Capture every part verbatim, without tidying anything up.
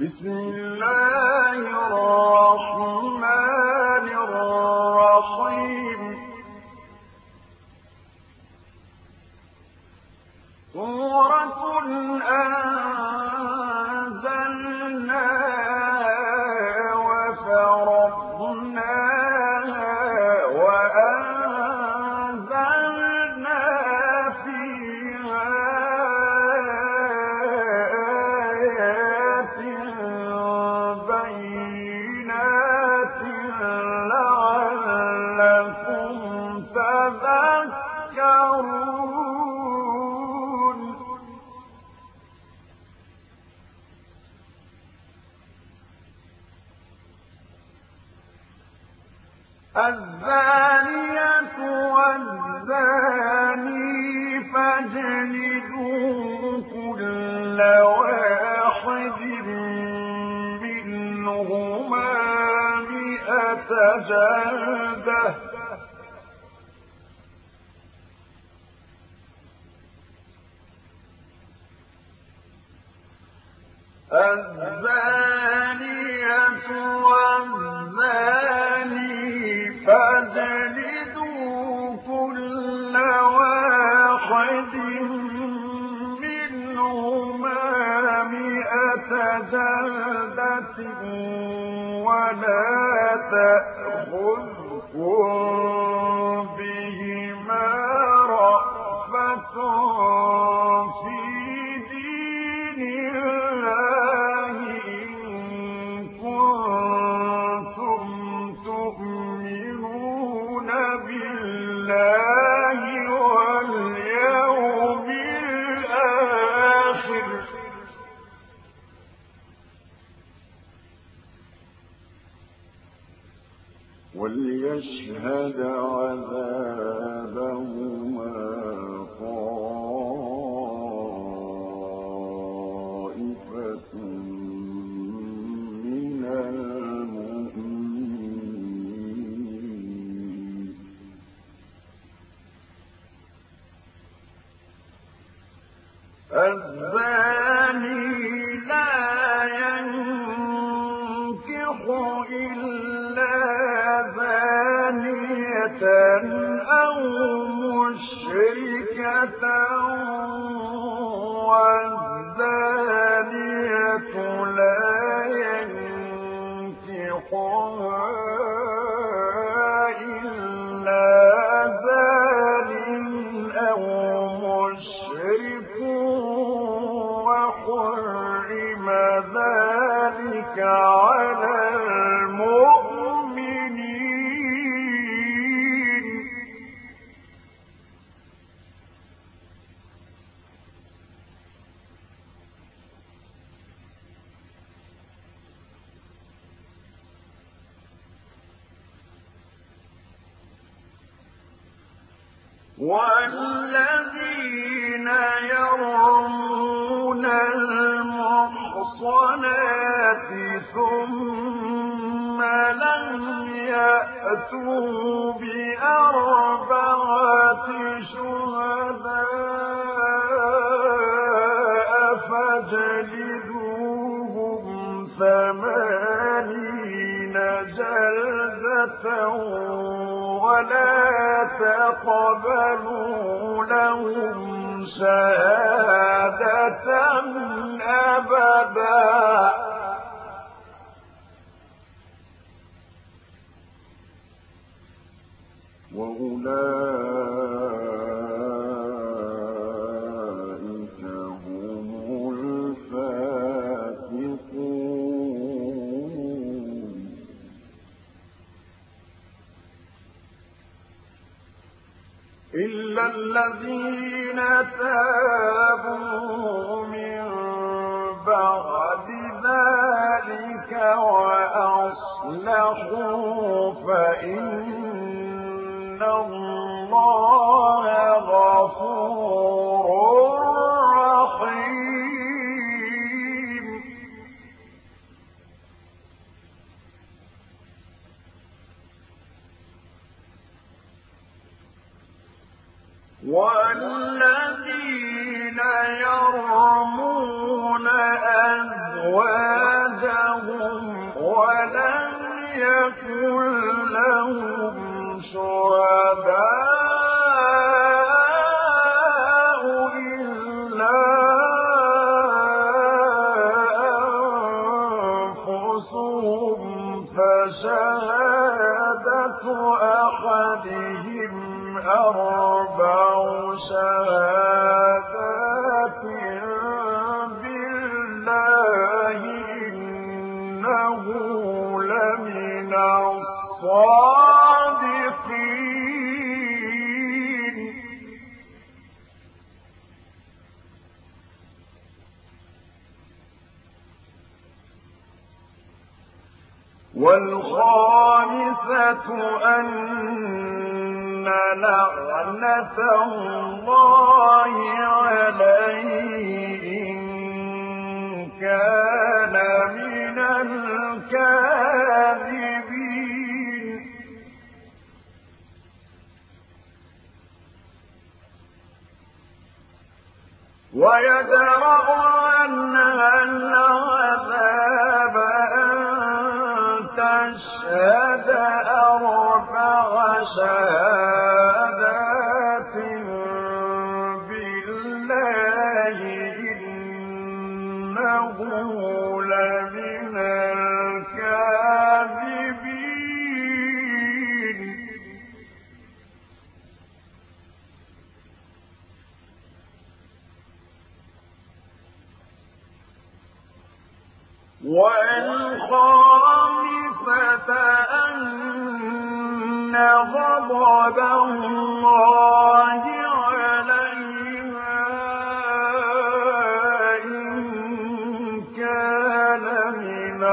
بسم الله الرحمن الرحيم سورة أنزلناها وفرضناها وأنزلنا فيها آيات بينات لعلكم تذكرون الزانية والزاني فاجلدوا كل واحد منهما مئة جلدة الزانية والزاني فاجلدوا كل واحد منهما مئة جلدة ولا تأخذكم بهما رأفة في دين الله إن كنتم تؤمنون بالله واليوم الآخر وليشهد عذابهما طائفة من المؤمنين الزاني لا ينكح إلا زانية أو مشركة والزانية لا ينكحها إلا زان أو مشرك وحرم ذلك على المؤمنين والذين يرمون المحصنات ثم لم يأتوا بأربعة شهداء فاجلدوهم ثمانين جلدة ولا تقبلوا لهم شهادة أبدا وأولئك هم الفاسقون إلا الذين تابوا من بعد ذلك وأصلحوا فإن الله غفور رحيم والذين يرمون أزواجهم يكن لهم شهداء إلا أنفسهم فشهادة أحدهم أربع شهادات بالله إنه لمن الصادقين. والخامسة أن لعنة الله عليه إن كان من الكاذبين. ويدرأ عنها العذاب أن تشهد أربع شهادات بالله إنه لمن الكاذبين. والخامسة أن غضب الله عليها إن كان من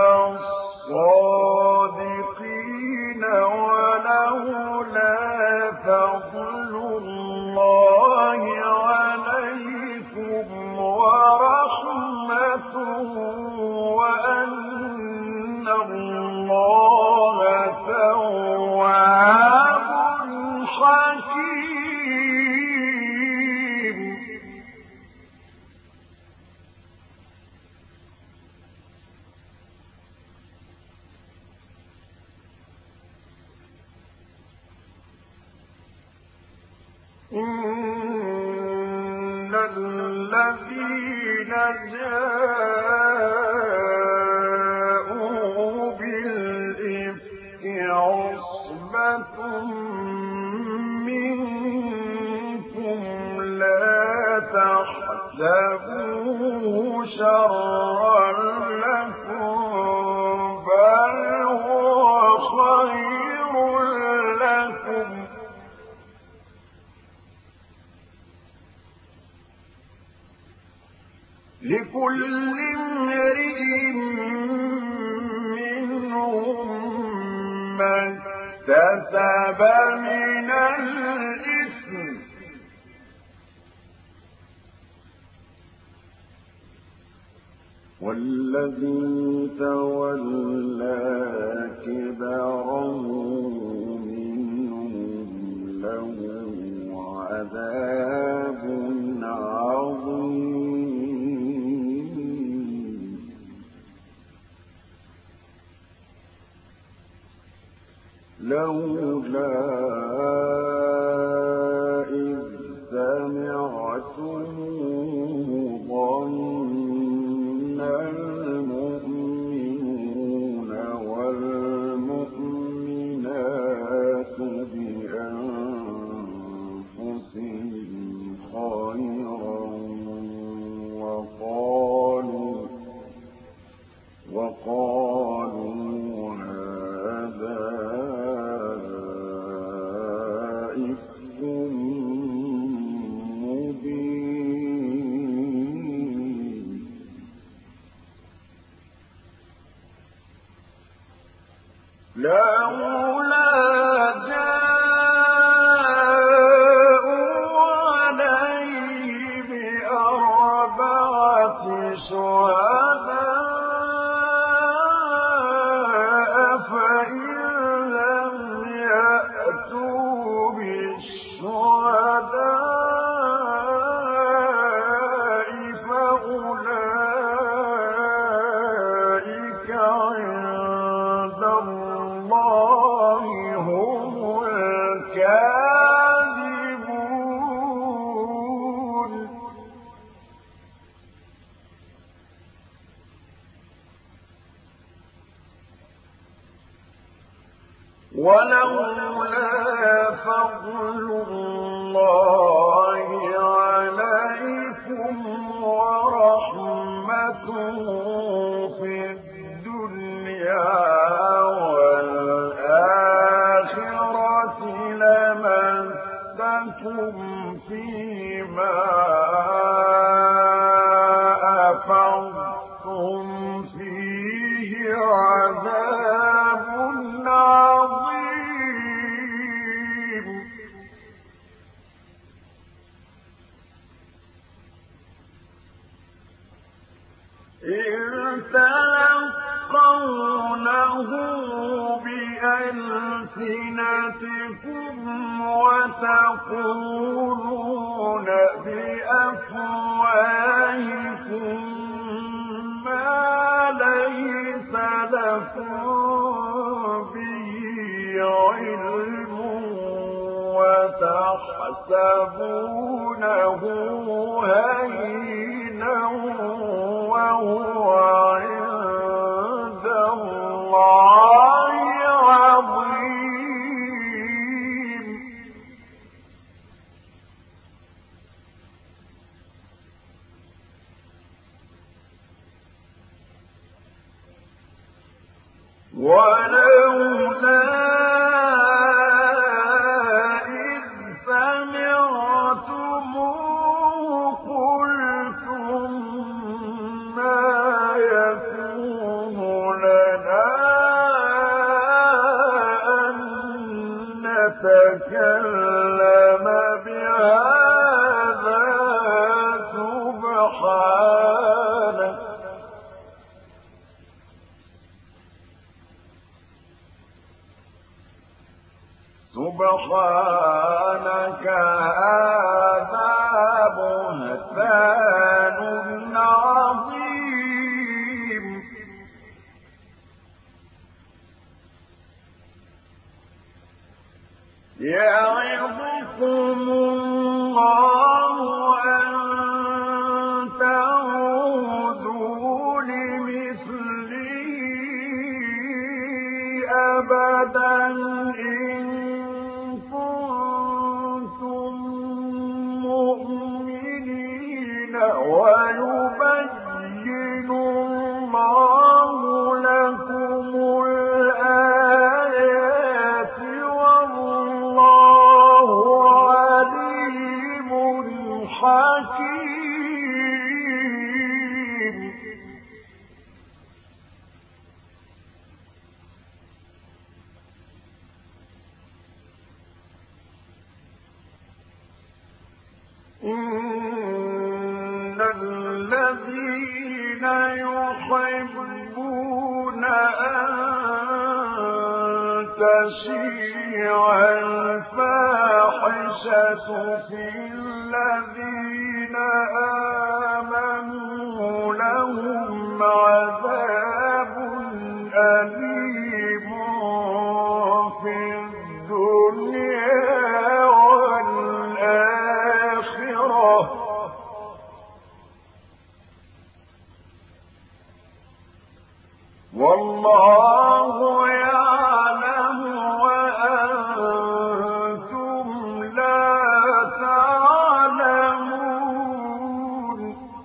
الصادقين ولولا فضل الله عليكم ورحمته وأن الله تواب حكيم. إن الذين جاءوا بالإفك عصبة منكم لا تحسبوه شرا لكم بل هو خير لكم لكل امرئ منهم ما اكتسب من الإثم والذي تولى كبره منهم له عذاب عظيم. لولا إذ سمعتموه ظن المؤمنون والمؤمنات بأنفسهم خيرا وقالوا وقالوا هذا إفك مبين. لولا جاءوا عليه بأربعة شهداء فإن لم يأتوا بالشهداء فأولئك عند الله ولولا فضل الله عليكم ورحمته في الدنيا والآخرة لمسكم فيما أفضتم فيه عذاب عظيم. إذ تلقونه بألسنتكم وتقولون بأفواهكم ما ليس لكم به علم وتحسبونه هينا وهو عند الله عظيم. ولولا إذ سمعتموه قلتم ما يكون لنا أن نتكلم بهذا سبحانك سبحانك هذا بهتان عظيم. يعظكم الله أن تعودوا لمثله أبدا إن كنتم مؤمنين ويبين الله لكم الآيات والله عليم حكيم. إن الذين يحبون أن تشيع الفاحشة في الذين آمنوا لهم عذاب أليم في الدنيا والآخرة والله يعلم وأنتم لا تعلمون.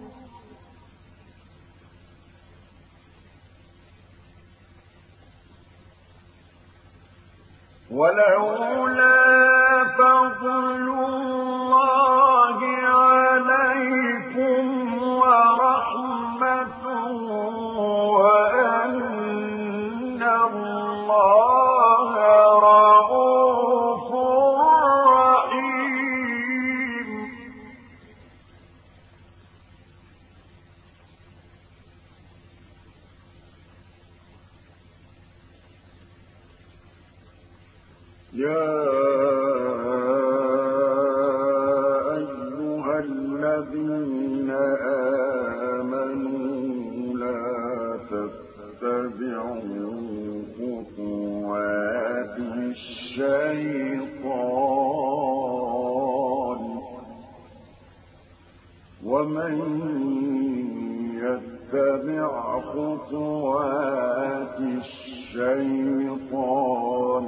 ولولا فضل الله عليكم ورحمته وأن الله رءوف رحيم. يا أيها الذين آمنوا لا تتبعوا خطوات الشيطان ومن يتبع خطوات الشيطان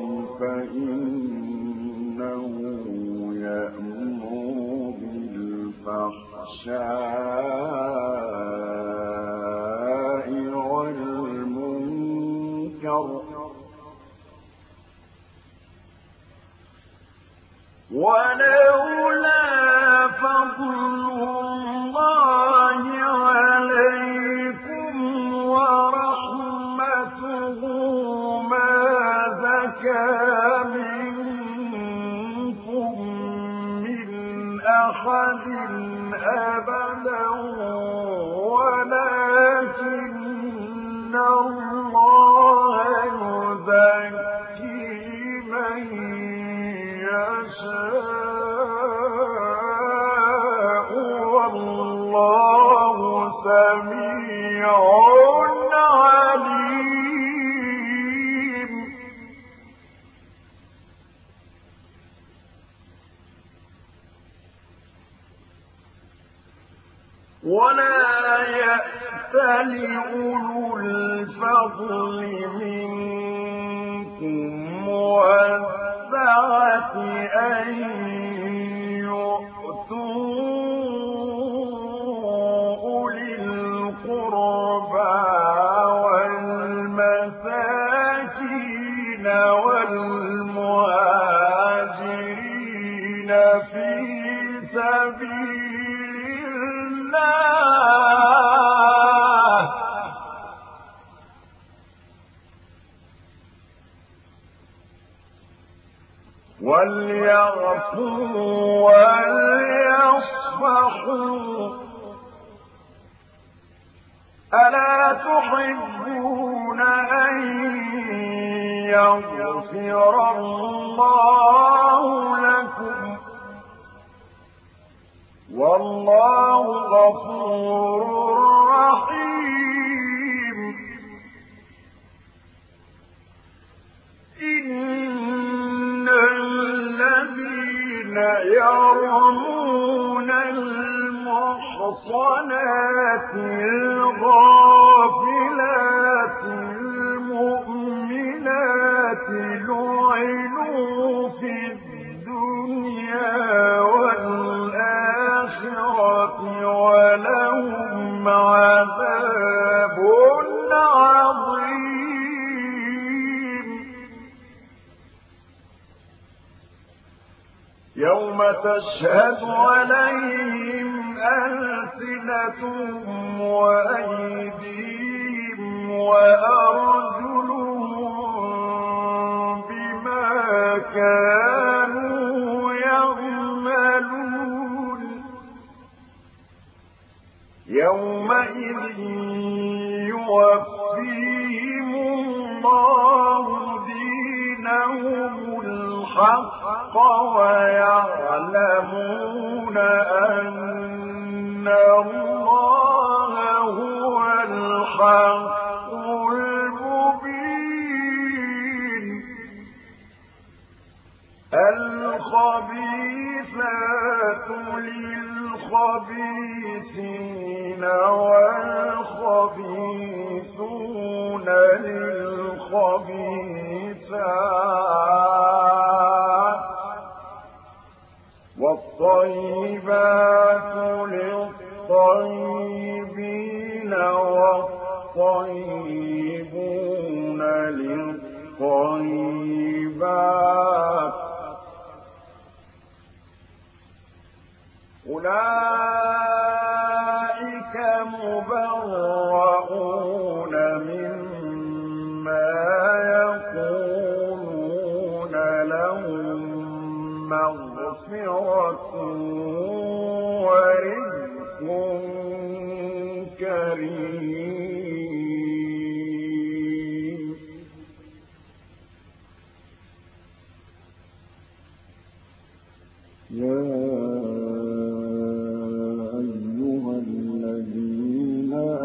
فإنه يأمر بالفحشاء والمنكر ولولا فضل الله عليكم ورحمته ما زكى منكم من أحد أبدا ولكن الله يزكي من يشاء والله سميع عليم. ولا يأتل أولو الفضل منكم والسعة أن يؤتوا أولي القربى والمساكين والمهاجرين في سبيل الله وليعفوا وليصفحوا ألا تحبون أن يغفر الله لكم والله غفور رحيم. إن الذين يرمون المحصنات الغافلات المؤمنات لعنوا في الدنيا والآخرة ولهم عذاب عظيم. يوم تشهد عليهم ألسنتهم وأيديهم وأرجلهم بما كانوا يعملون. يومئذ يوفيهم الله دينهم الحق ويعلمون أن الله هو الحق المبين. الخبيثات للخبيثين والخبيثون للخبيثات والطيبات للطيبين والطيبون للطيبات أولئك مبرؤون مما يقولون لهم مغفرة ورزق كريم. يا أيها الذين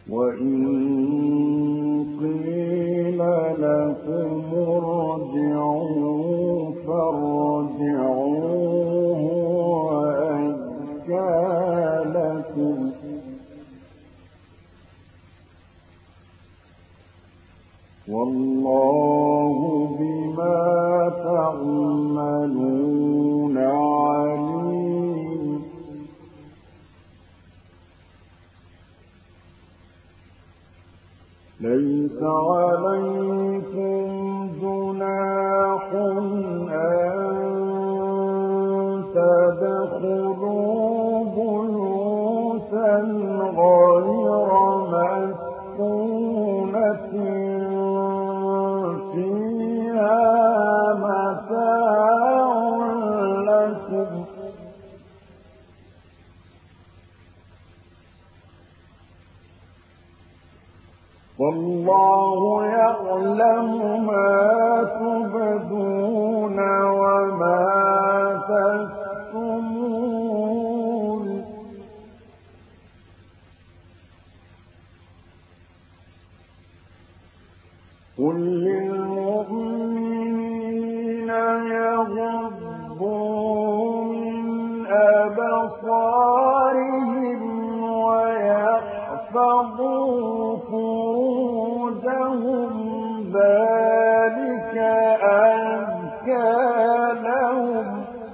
وإن قيل لكم ارجعوا فارجعوا هو أزكى لكم والله بما تعملون عليم. ليس عليكم جناح أن تدخلوا بيوتا غير مسكونة فيها متاع لكم والله يعلم ما تبدون وما تكتمون. قل للمؤمنين يغضوا من أبصارهم ويحفظوا فروجهم ذلك أزكى لهم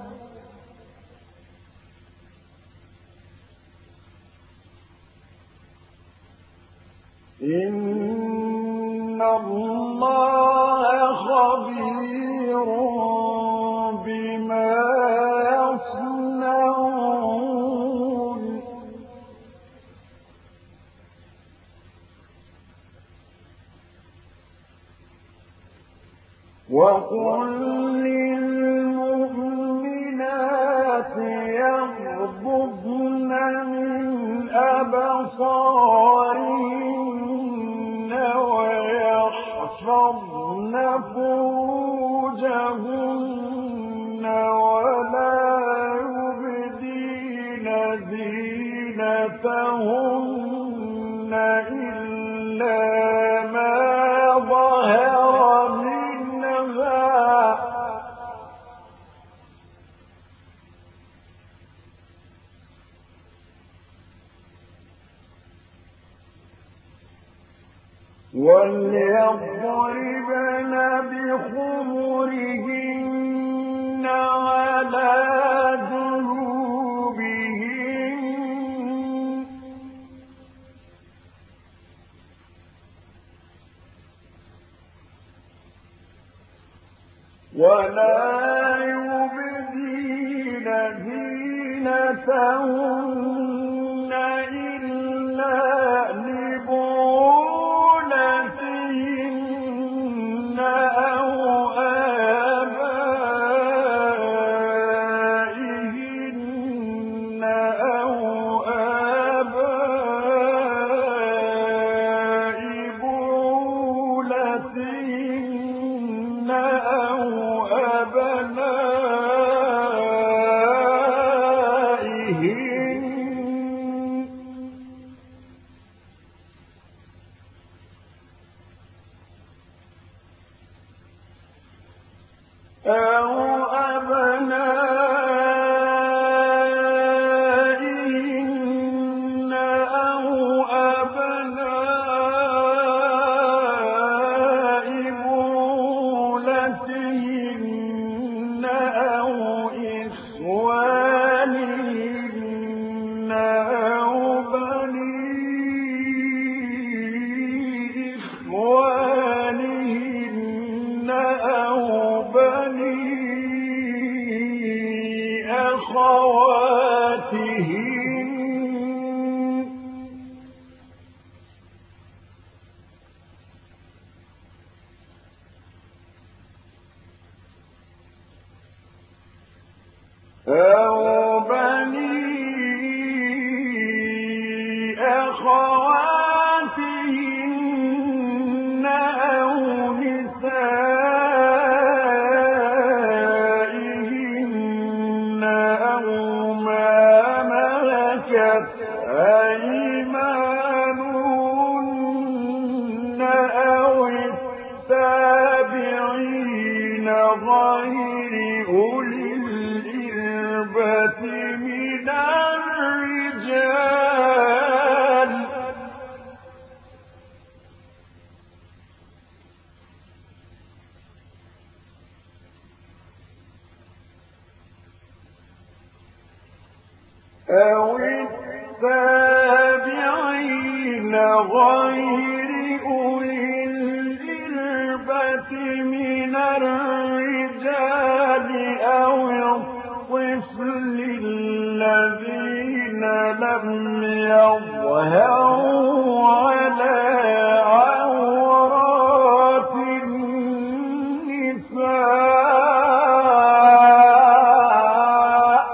إن الله خبير بما يصنعون. وقل للمؤمنات يغضضن من أبصارهن ويحفظن فروجهن ولا يبدين زينتهن إلا ما ظهر منها وليضربن بخمرهن على جيوبهن ولا يبدين زينتهن إلا لبعولتهن أو آبائهن أو آباء بعولتهن أو أبنائهن أو أبنائهن أو أبناء بعولتهن أو إخوانهن أو بني إخوانهن أو بني أخواتهن أو بني أخواتهن أو نسائهن أو ما ملكت أيمانهن غير أولي الإربة من الرجال أو التابعين غير أولي الإربة من الرجال أو الطفل الذين لم يظهروا على عورات النساء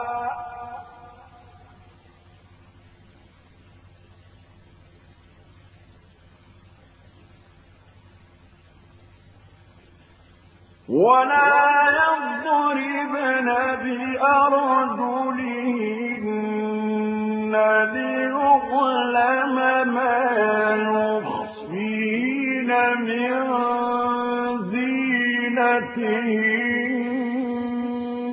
ولا يضربن بأرجلهن ليعلم ما يخفين من زينتهن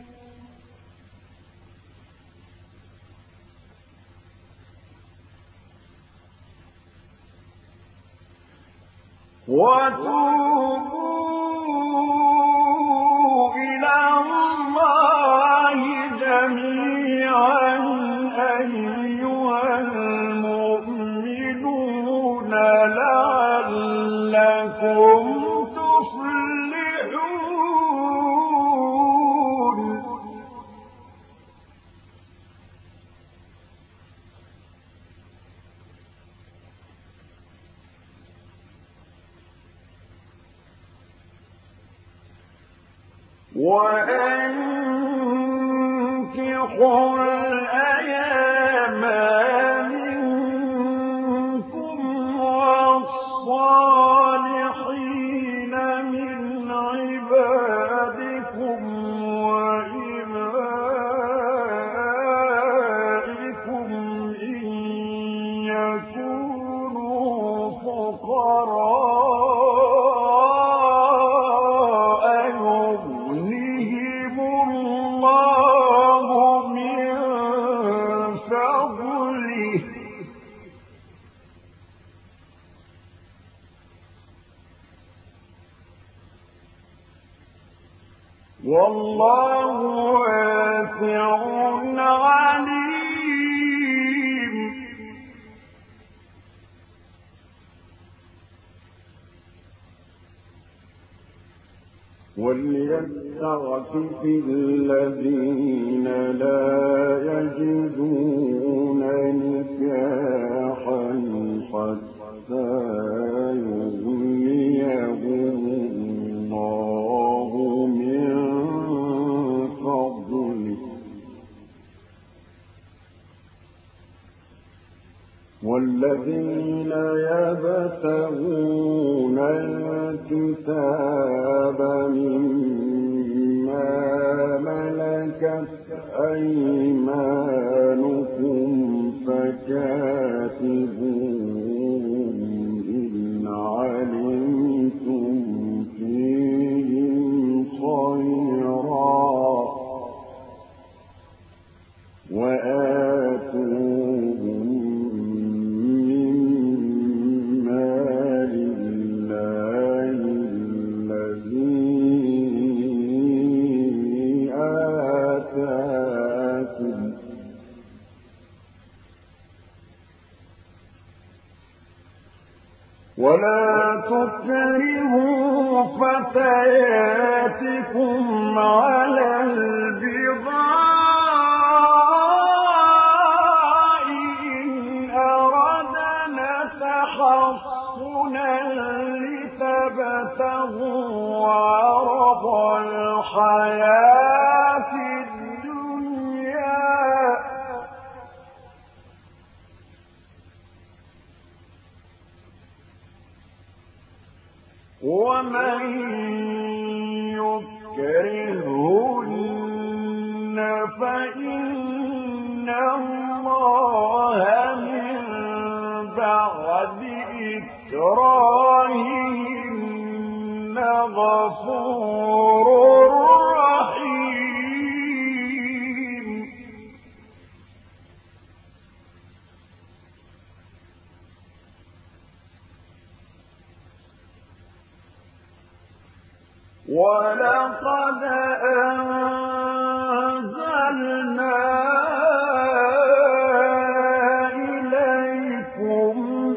وتوبوا إلى الله جميعا أيها المؤمنون لعلكم تفلحون وأنكحوا الأيام منكم والصالحين من عبادكم وإمائكم إن يكونوا فقراء والله واسع عليم وليستعفف الذين لا يجدون نكاحا حتى يغنيهم الله من فضله والذين يبتغون الكتاب مما ملكت أيمانكم فكاتبوهم إن علمتم فيهم خيرا وآتوهم ولا تكرهوا فتياتكم على البغاء إن أردنا تحصنا لتبتغوا عرض الحياة الدنيا ومن يكرهن فإن الله من بعد إكراههن غفور ولقد أنزلنا إليكم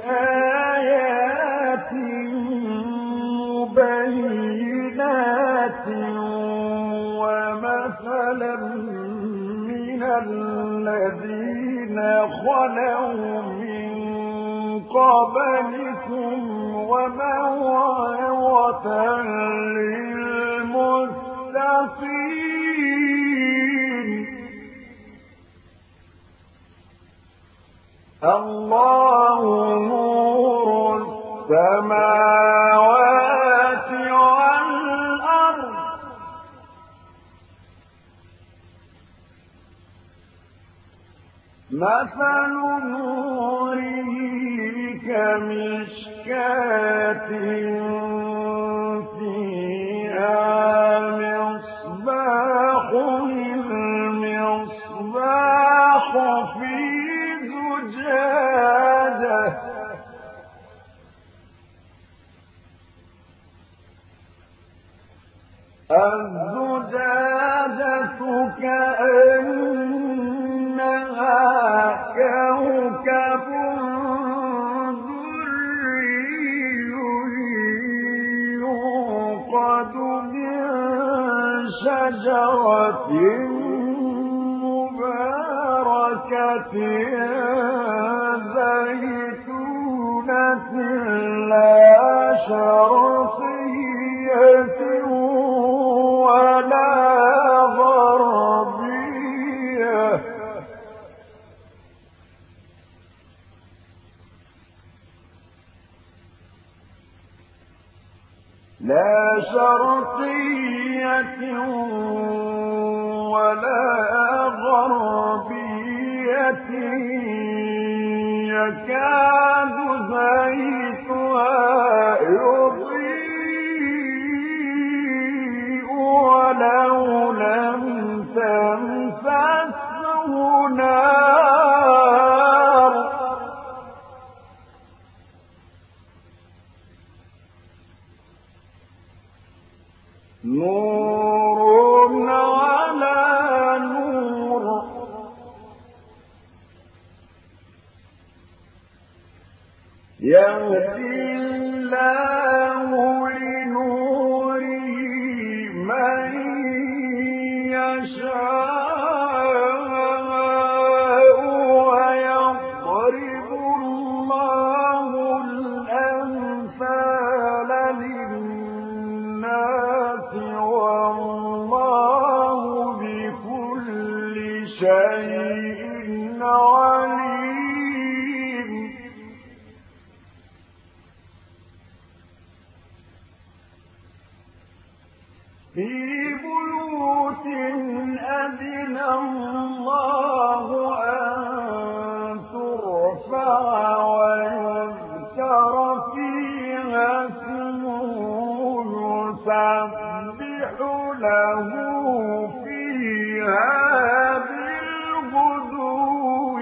آيات مبينات ومثلا من الذين خلوا من قبلكم وموعظة للمتقين الله نور السماوات والأرض مثل نوره كمشكاة فيها مصباح المصباح في زجاجة الزجاجة كأنها كوكب يوقد من شجرة مباركة زيتونة لا شرقية ولا غربية لا شرقية ولا غربية يكاد زيتها يضيء ولو لم تمسسه نار نور على نور يهدي الله لنوره من يشاء ويضرب الله الأمثال للناس والله بكل شيء عليم في بيوت أذن الله أن ترفع ويذكر فيها اسمه يسبح له فيها بالغدو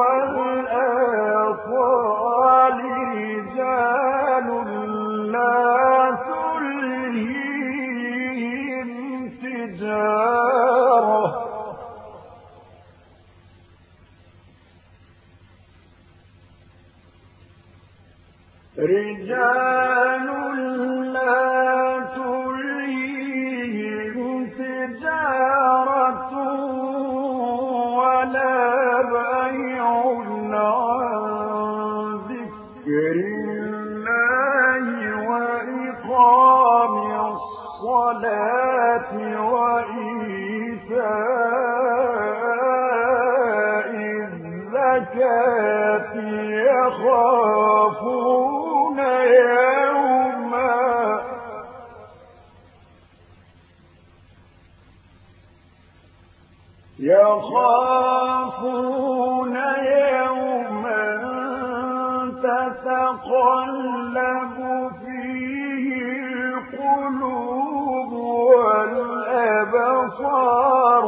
والآصال رجال لا تلهيهم تجارة رجال لا تلهيهم تجارة ولا بيع عن ذكر الله وإقام الصلاة وإيتاء الزكاة يخافون يوما يخافون يوما تتقلب فيه القلوب والأبصار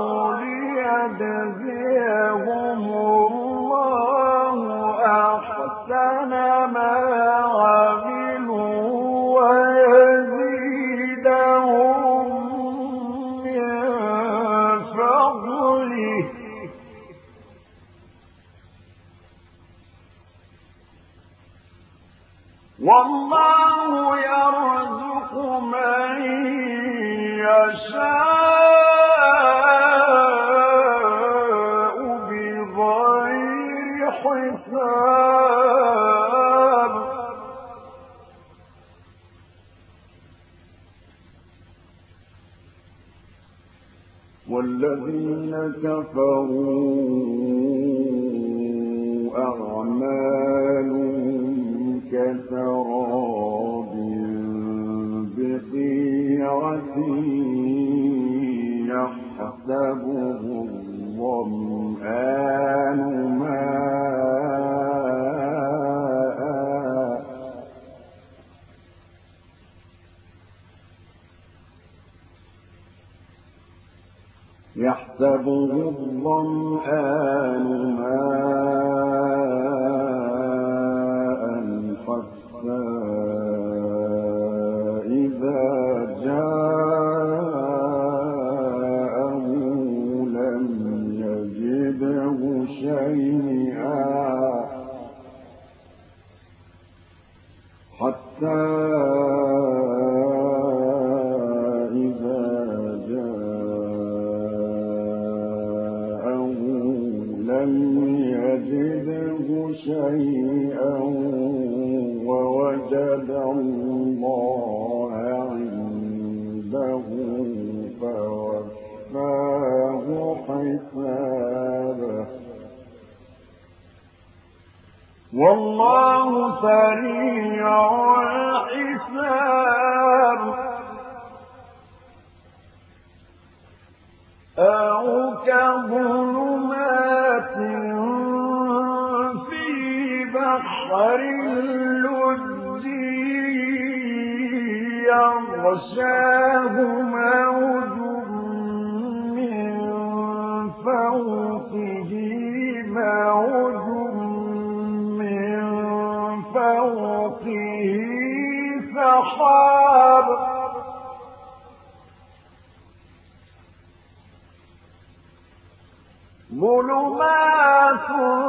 ليجزيهم الله أحسن ما عملوا ويزيدهم والله يرزق من يشاء بغير حساب والذين كفروا أعمالهم كسراب بقيعة يحسبه الظمآن ماء يحسبه الظمآن ماء حتى إذا جاءه لم يجده شيئا حتى شيئا ووجد الله عنده فوفاه حسابه والله سريع الحساب أو كظلمات بحر اللجي يغشاه موج من فوقه موج من فوقه سحاب ظلمات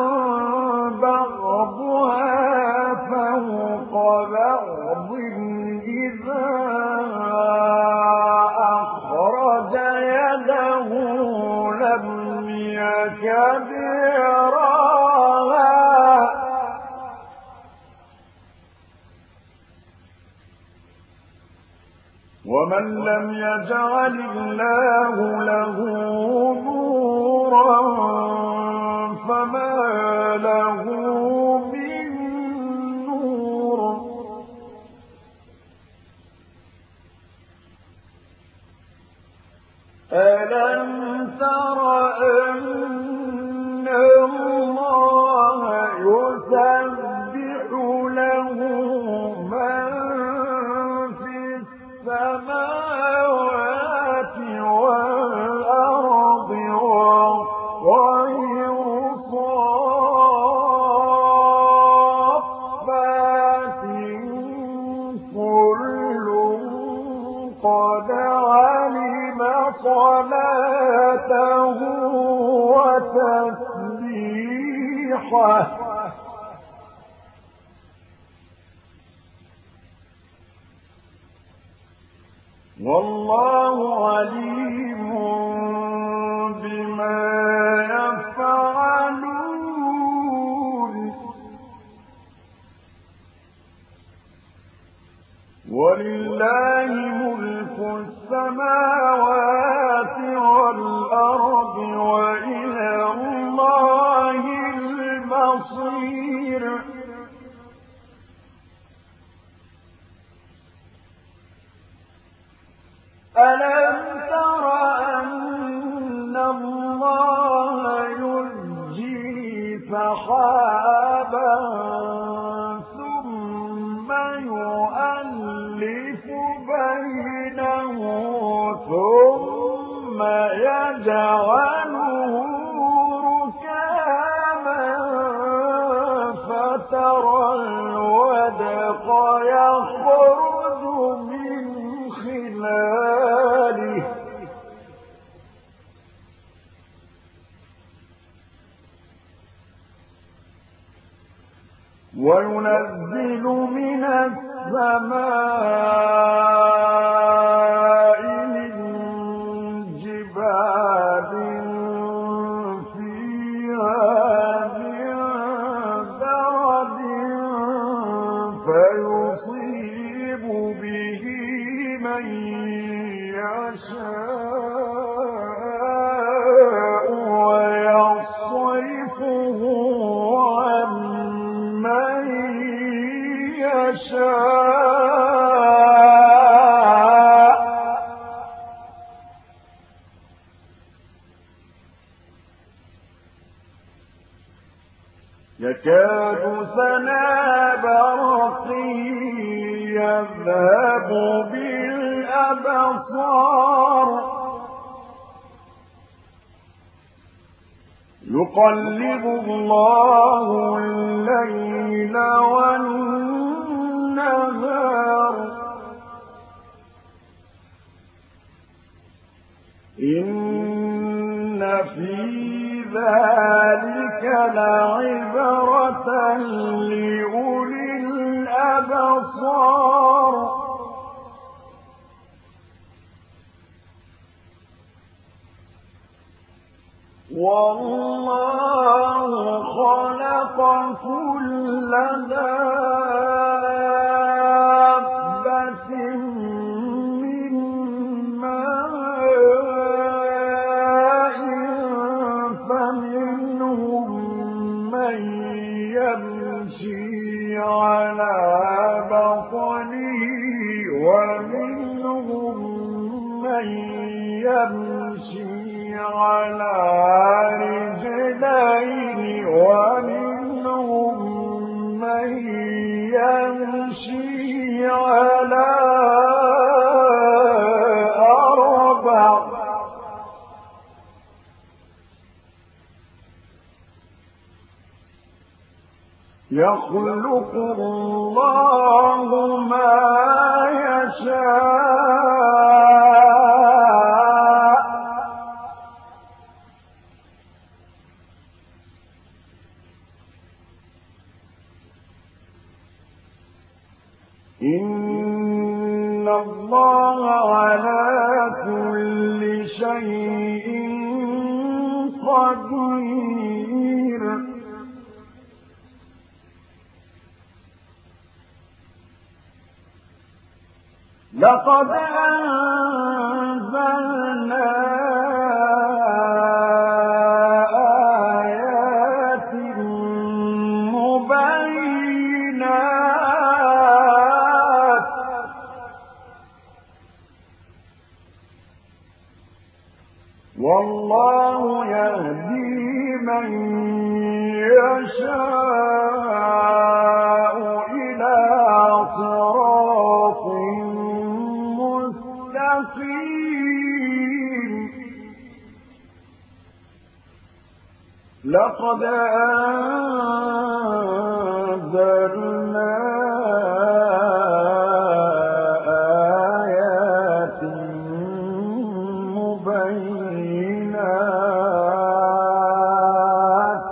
بعضها فوق بعض إذا أخرج يده لم يكد يراها ومن لم يجعل الله له نورا فما له من نور ألم تر أن الله يسبح له من في السماوات والأرض والطير صافات كل قد علم صلاته وتسبيحه والله عليم بما يفعلون ولله ملك السماوات والأرض وإلى الله المصير ألم تر أن الله يزجي سحابا ثم يؤلف بينه ثم يجعله ركاما فترى الودق يخرج من خلاله وينزل من السماء من جبال فيها من برد فيصيب به من يشاء ويصرفه عن من يشاء يكاد سنا برقه يذهب بالأبصار يقلب الله الليل والنهار إن في ذلك لعبرة لأولي الأبصار والله خلق كل دابة من ماء فمنهم من يمشي على بطنه ومنهم من يمشي على رجلين ومنهم من يمشي على أربع يخلق الله ما يشاء إن الله على كل شيء قدير لقد أنزلنا آيات مبينات والله يهدي من يشاء إلى صراط مستقيم لقد أنزلنا آيات مبينات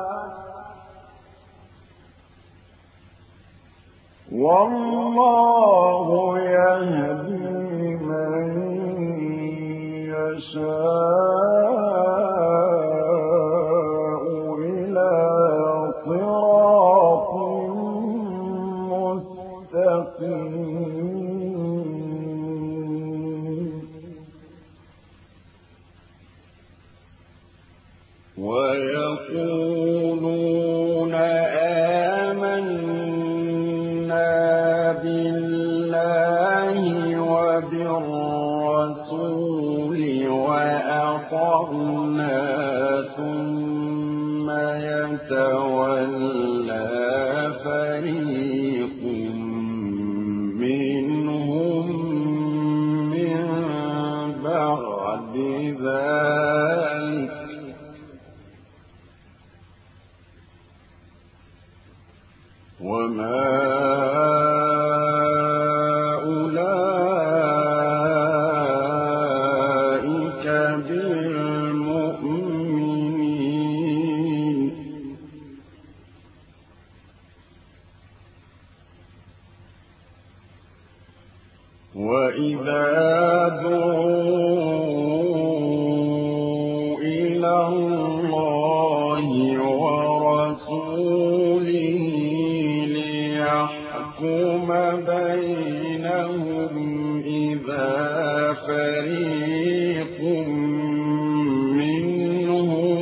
والله يهدي من يشاء إلى صراط مستقيم ويقولون آمنا بالله وبالرسول وأطعنا ثم يتولى فريق منهم من بعد ذلك وما أولئك بالمؤمنين وإذا دعوا إلى الله ورسوله ليحكم بينهم إذا فريق منهم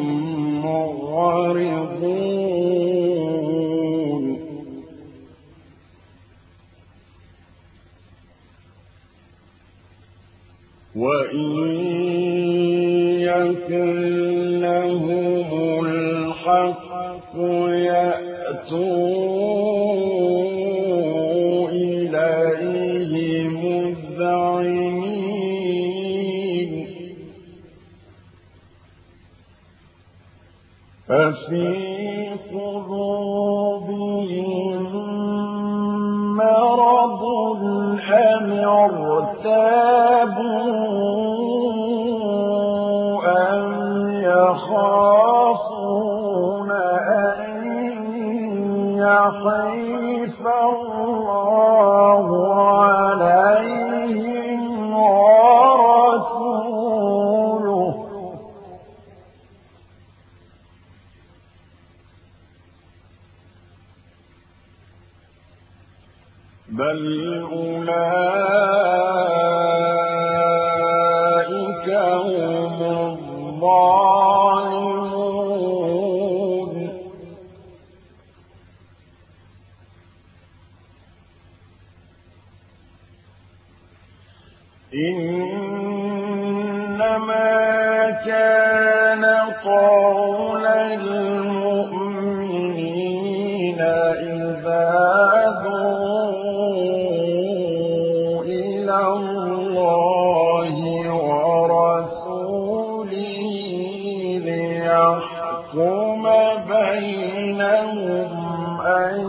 معرضون وإن يكن لهم الحق يأتوا إليه مذعنين ففي قلوبهم مرض أم ارتابوا أم يخافون أن يحيف الله عليهم ورسوله بل أولئك هم الظالمون إنما كان قول المؤمنين إذا دعوا إلى الله ورسوله ليحكم بينهم أن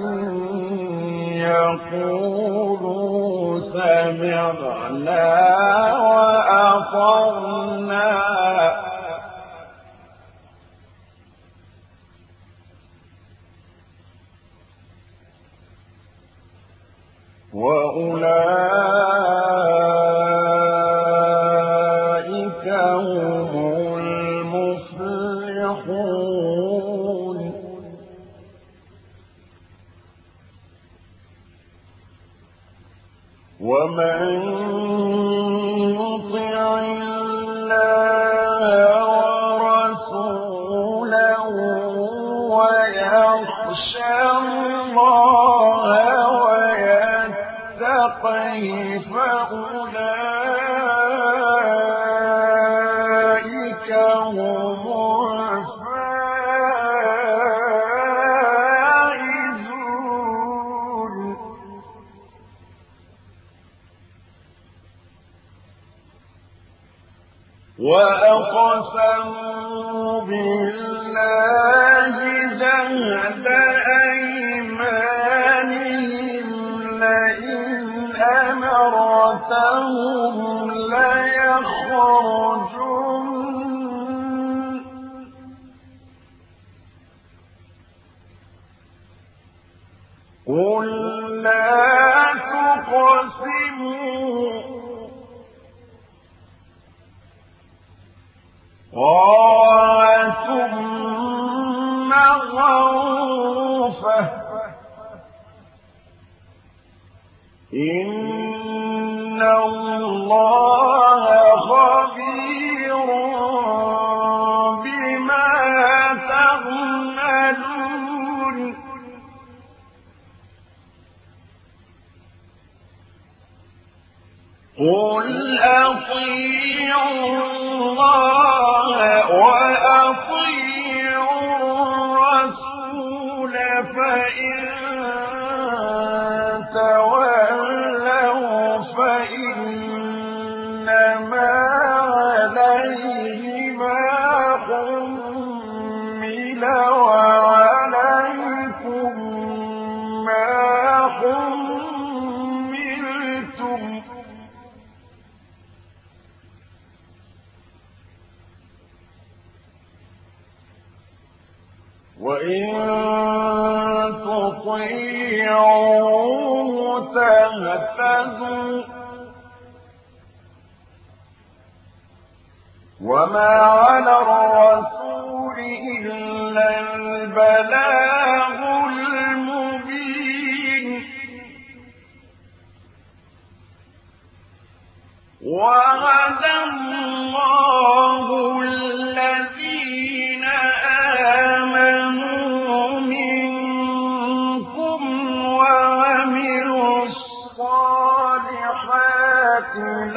يقولوا سمعنا وأطعنا وأولئك هم المفلحون ومن يطع الله ورسوله ويخشى الله ويتقه فأولئك هم الفائزون وأقسموا بالله جهد أيمانهم لئن أمرتهم ليخرجن قل لا تقسموا طاعة معروفة إن الله خبير بما تعملون قل أطيعوا الله وأطيعوا الرسول فإن تولوا فإنما عليه ما حمل وعليكم ما حملتم وإن تطيعوا تهتدوا وما على الرسول إلا البلاغ المبين وعد الله الذين آمنوا منكم وعملوا الصالحات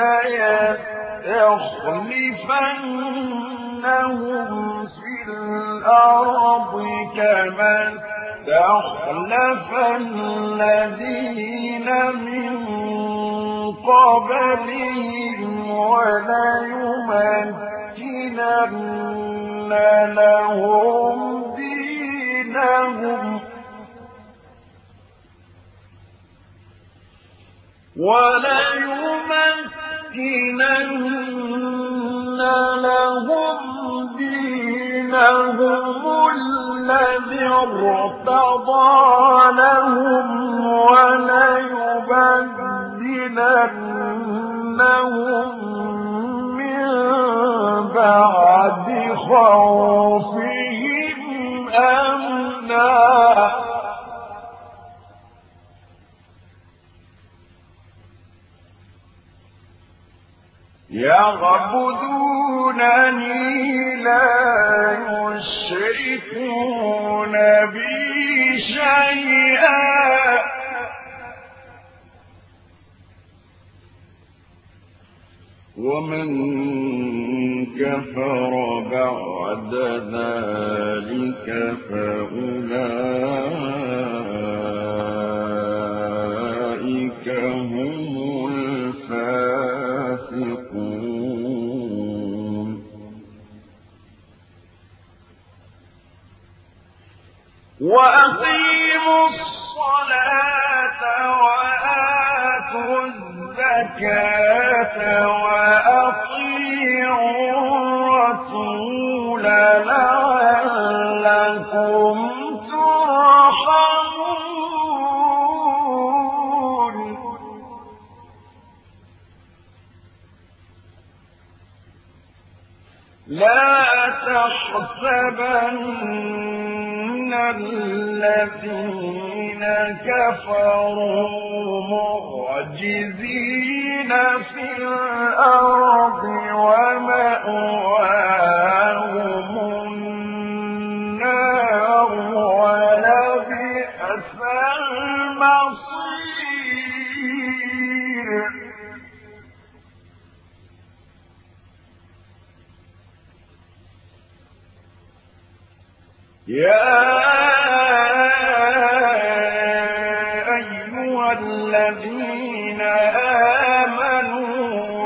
ليستخلفنهم في الأرض كما استخلف الذين من قبلهم وليمكنن لهم دينهم وليمكنن لهم دينهم الذي ارتضى لهم وليبدلنهم من بعد خوفهم أمنا يعبدونني لا يشركون بي شيئا ومن كفر بعد ذلك فأولئك هم الفاسقون وأقيموا الصلاة وآتوا الزكاة وأطيعوا الرسول لعلكم ترحمون لا تحسبن الذين كفروا معجزين في الأرض ومأواهم النار ولبئس المصير يا أيها الذين آمنوا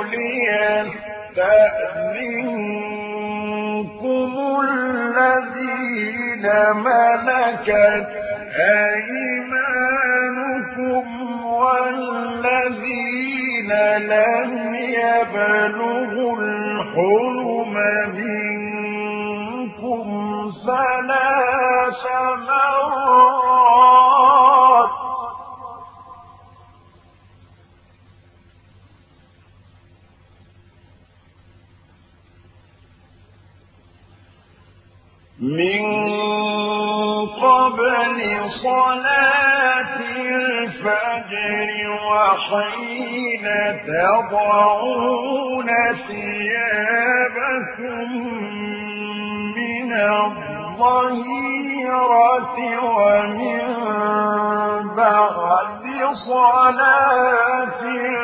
ليستأذنكم الذين ملكت أيمانكم والذين لم يبلغوا الحلم منكم ثلاث مرات من قبل صلاة الفجر وحين تضعون ثيابكم من الظهيرة ومن بعد صلاة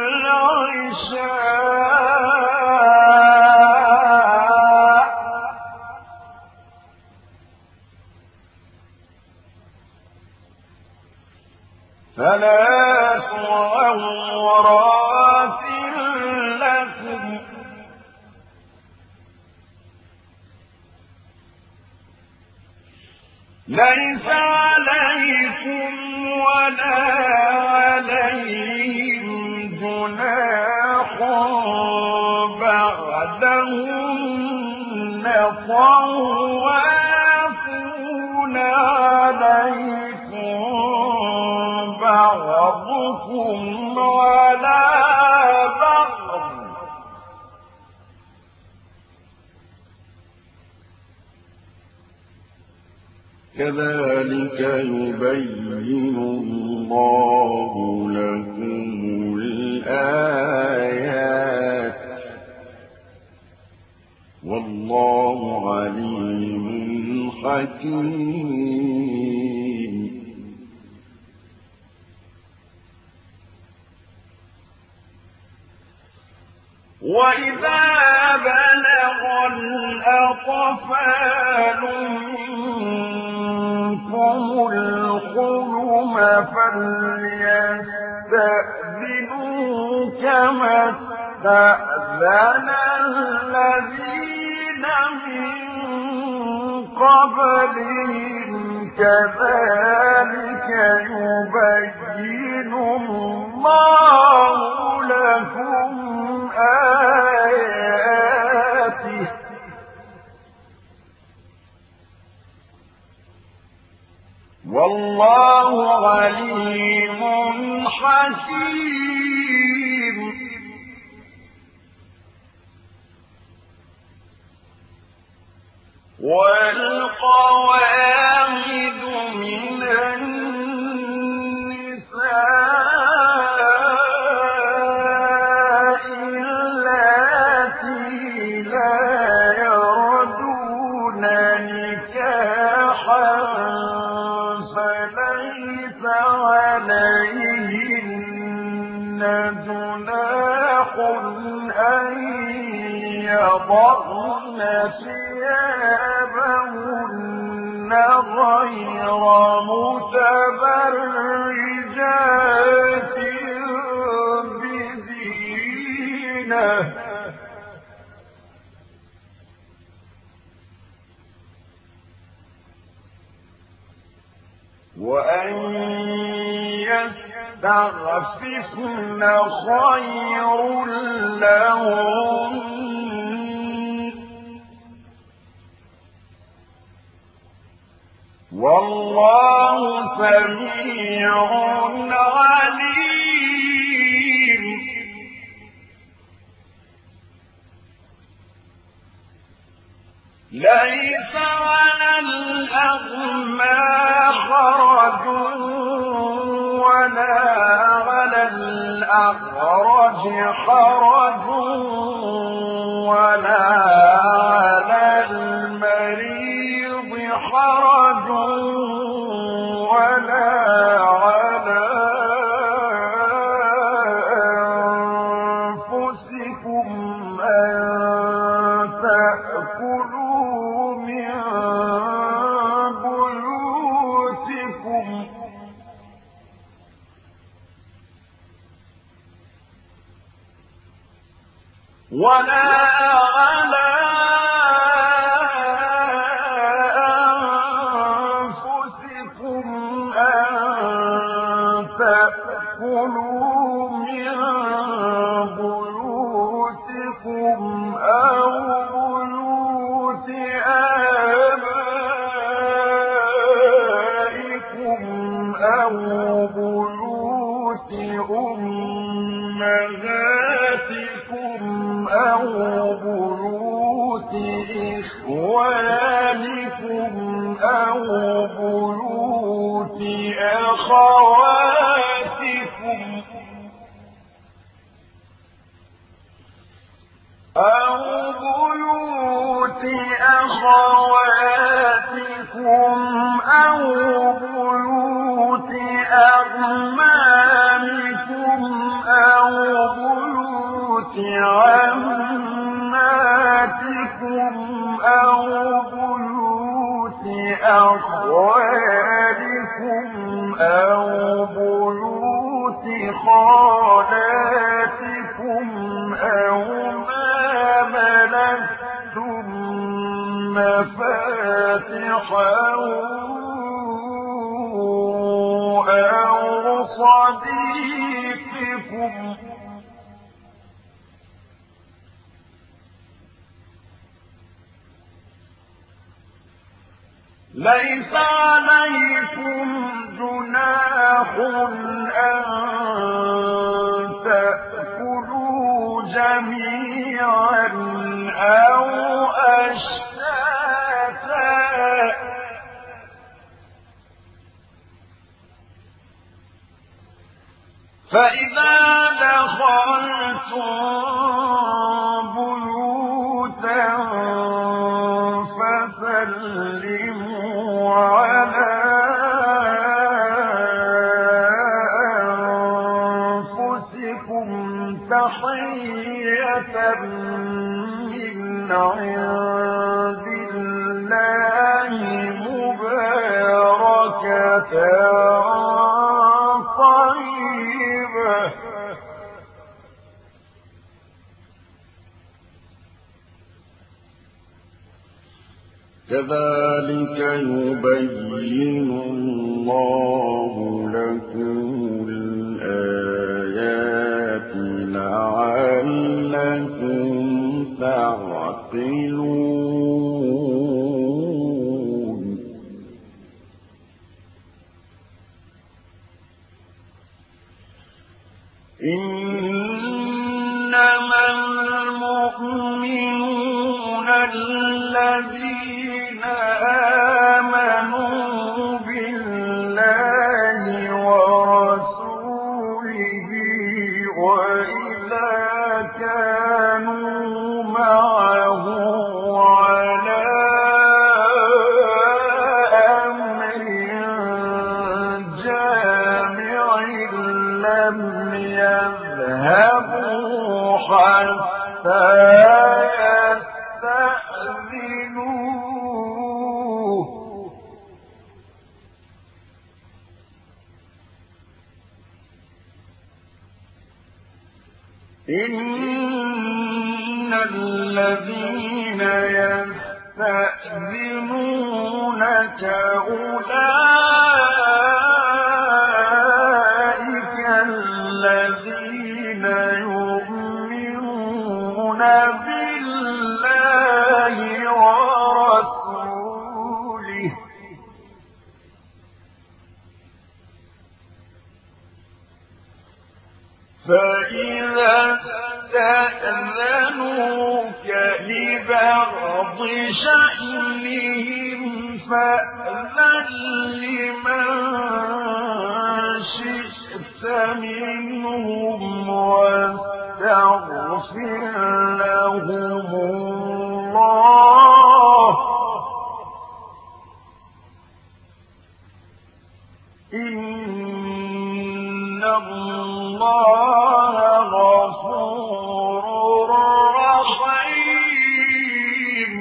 العشاء ثلاث عورات لكم ليس عليكم ولا عليهم جناح بعدهن طوافون عليكم بعضكم على بعض كذلك يبين الله لكم الآيات والله عليم حكيم. وإذا بلغ الأطفال منكم الحلم فليستأذنوا كما استأذن الذين من قبلهم كذلك يبين الله لكم آياته والله عليم حكيم. والقواعد من النساء اللاتي لا يرجون نكاحا فليس عليهن جناح أن يضعن ثيابهن غير متبرجات بزينة وأن يستعففن خير لهم والله سميع عليم. ليس على الأعمى حرج ولا على الأعرج حرج ولا على المريض حرج ولا على أنفسكم أن تأكلوا من بيوتكم ولا على أنفسكم أن تأكلوا من بيوتكم أو بيوت آبائكم أو بيوت أمهاتكم أو بيوت إخوانكم أو بيوت أخواتكم أو بيوت أخواتكم أو بيوت أعمامكم أو بيوت عماتكم أو بيوت أخوالكم أو بيوت خالاتكم أو ما ملكتم مفاتحه أو صديقكم ليس عليكم جناح أن تأكلوا جميعا أو أشتاتا فإذا دخلتم بيوتا فسلموا على أنفسكم تحية من عند الله مباركة طيبة كذلك يبين الله لكم الآيات لعلكم تعقلون إنما المؤمنون الذين آمنوا بالله ورسوله وإذا كانوا معه على أمر جامع لم يذهبوا حتى يستأذنوه إن الذين يستأذنونك أولئك الذين يؤمنون بالله ورسوله فإذا استأذنوك لبعض شأنهم فأذن لمن شئت منهم واستغفر لهم الله إن الله غفور رحيم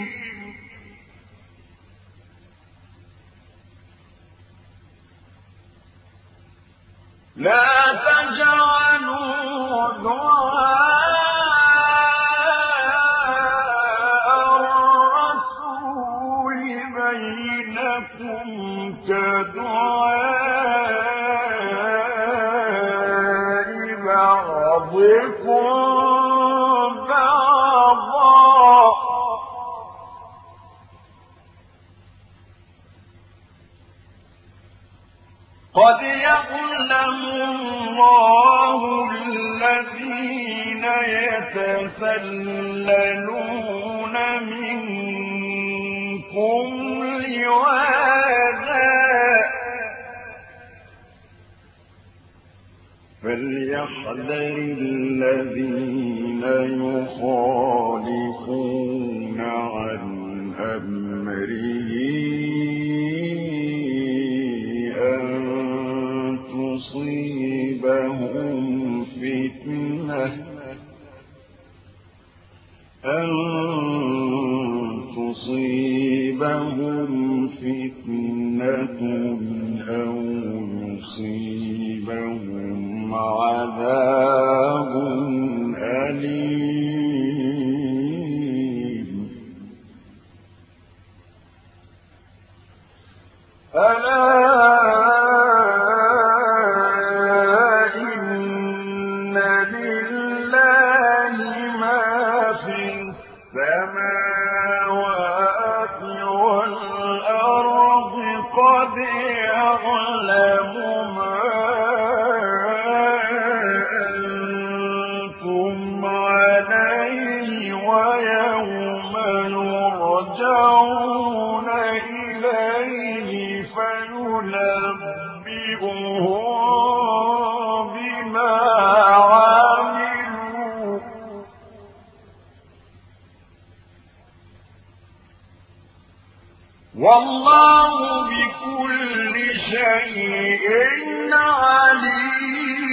لا تجعلوا دعاء الرسول بينكم كدعاء بعضكم بعضا قد يعلم الله الذين يتسللون منكم لواذا فليحذر الذين يخالفون عن أمره أن تصيبهم فتنة أن تصيبهم فتنة أو يصيبهم عذاب أليم ألا إن لله ما في السماوات والأرض قد يعلم ما عملوا والله بكل شيء عليم.